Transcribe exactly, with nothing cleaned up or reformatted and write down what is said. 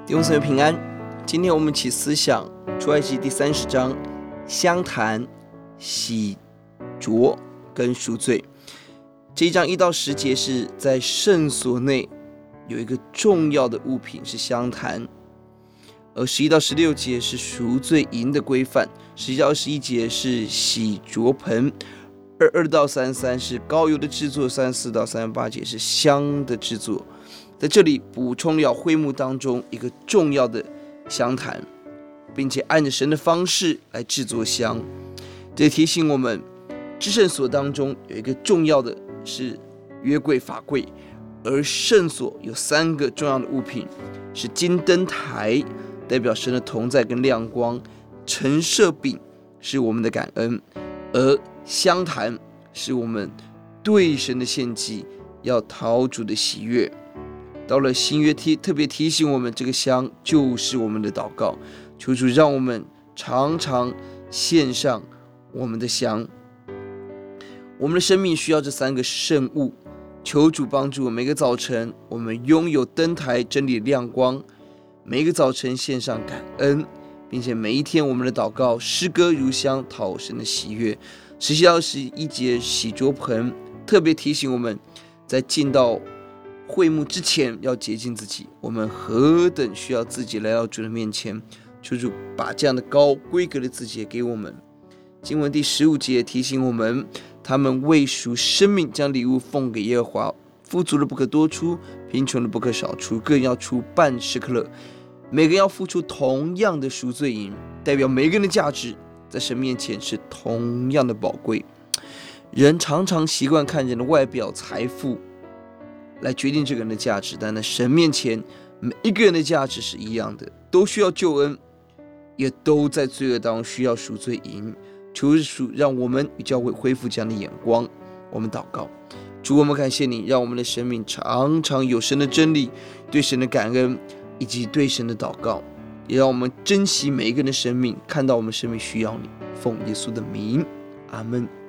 弟兄姊妹平安。今天我们一起思想出埃及第三十章，香坛、洗濯跟赎罪。这一章一到十节是在圣所内有一个重要的物品是香坛，而十一到十六节是赎罪营的规范，十一到二十一节是洗濯盆，二二到三十三是膏油的制作，三十四到三十八节是香的制作。在这里补充了会幕当中一个重要的香坛，并且按着神的方式来制作香。这提醒我们，至圣所当中有一个重要的是约柜法柜，而圣所有三个重要的物品，是金灯台，代表神的同在跟亮光；陈设饼是我们的感恩，而香坛是我们对神的献祭，要讨主的喜悦。到了新约提特别提醒我们，这个香就是我们的祷告，求主让我们常常献上我们的香。我们的生命需要这三个圣物，求主帮助每个早晨我们拥有灯台真理的亮光，每一个早晨献上感恩，并且每一天我们的祷告诗歌如香，讨神的喜悦。十七到二十一节洗濯盆特别提醒我们，在进到会幕之前要洁净自己，我们何等需要自己来到主的面前，求主把这样的高规格的自己也给我们。经文第十五节提醒我们，他们为赎生命将礼物奉给耶和华，富足的不可多出，贫穷的不可少出，各人要出半舍客勒，每个人要付出同样的赎罪银，代表每个人的价值在神面前是同样的宝贵。人常常习惯看人的外表、财富来决定这个人的价值，但在神面前，每一个人的价值是一样的，都需要救恩，也都在罪恶当中需要赎罪银。求主让我们与教会恢复这样的眼光。我们祷告，主，我们感谢你，让我们的生命常常有神的真理，对神的感恩，以及对神的祷告，也让我们珍惜每一个人的生命，看到我们生命需要你。奉耶稣的名，阿们。